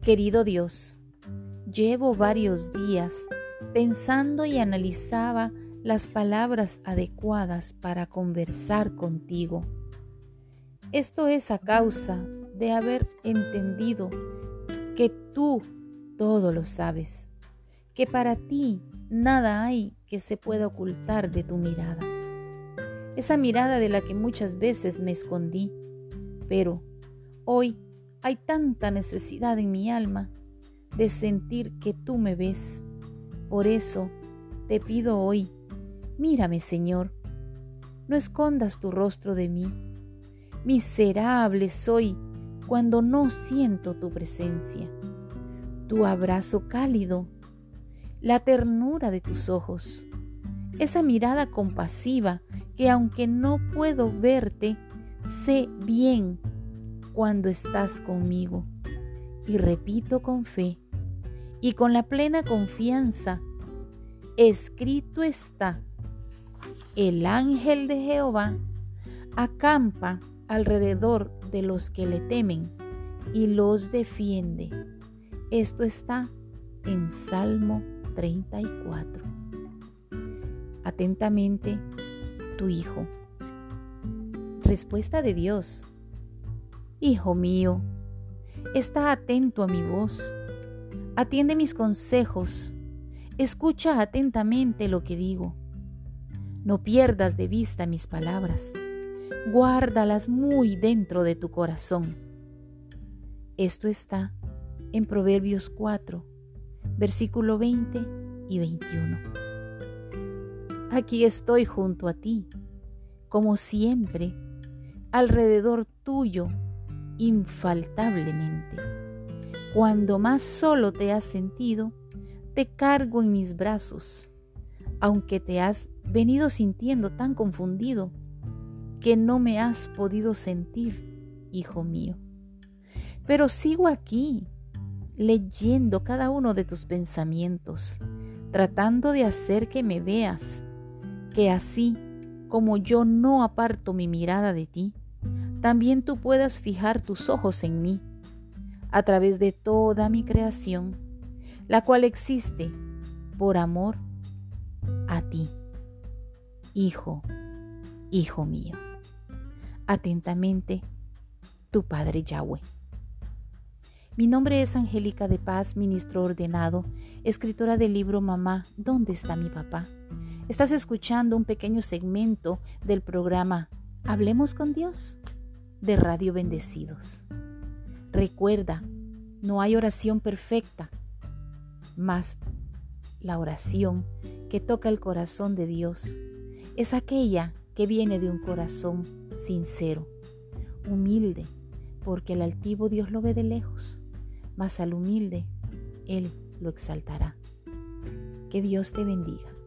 Querido Dios, llevo varios días pensando y analizaba las palabras adecuadas para conversar contigo. Esto es a causa de haber entendido que tú todo lo sabes, que para ti nada hay que se pueda ocultar de tu mirada. Esa mirada de la que muchas veces me escondí, pero hoy hay tanta necesidad en mi alma de sentir que tú me ves. Por eso te pido hoy, mírame, Señor, no escondas tu rostro de mí. Miserable soy cuando no siento tu presencia, tu abrazo cálido, la ternura de tus ojos, esa mirada compasiva que aunque no puedo verte, sé bien cuando estás conmigo. Y repito con fe y con la plena confianza, escrito está: el ángel de Jehová acampa alrededor de los que le temen y los defiende. Esto está en Salmo 34. Atentamente, tu hijo. Respuesta de Dios. Hijo mío, está atento a mi voz, atiende mis consejos, escucha atentamente lo que digo. No pierdas de vista mis palabras, guárdalas muy dentro de tu corazón. Esto está en Proverbios 4, versículo 20 y 21. Aquí estoy junto a ti, como siempre, alrededor tuyo, infaltablemente. Cuando más solo te has sentido, te cargo en mis brazos, aunque te has venido sintiendo tan confundido que no me has podido sentir, hijo mío. Pero sigo aquí, leyendo cada uno de tus pensamientos, tratando de hacer que me veas, que así como yo no aparto mi mirada de ti, también tú puedas fijar tus ojos en mí, a través de toda mi creación, la cual existe por amor a ti, hijo mío. Atentamente, tu Padre Yahweh. Mi nombre es Angélica de Paz, ministro ordenado, escritora del libro Mamá, ¿dónde está mi papá? Estás escuchando un pequeño segmento del programa Hablemos con Dios de Radio Bendecidos. Recuerda, no hay oración perfecta, mas la oración que toca el corazón de Dios es aquella que viene de un corazón sincero, humilde, porque al altivo Dios lo ve de lejos, mas al humilde Él lo exaltará. Que Dios te bendiga.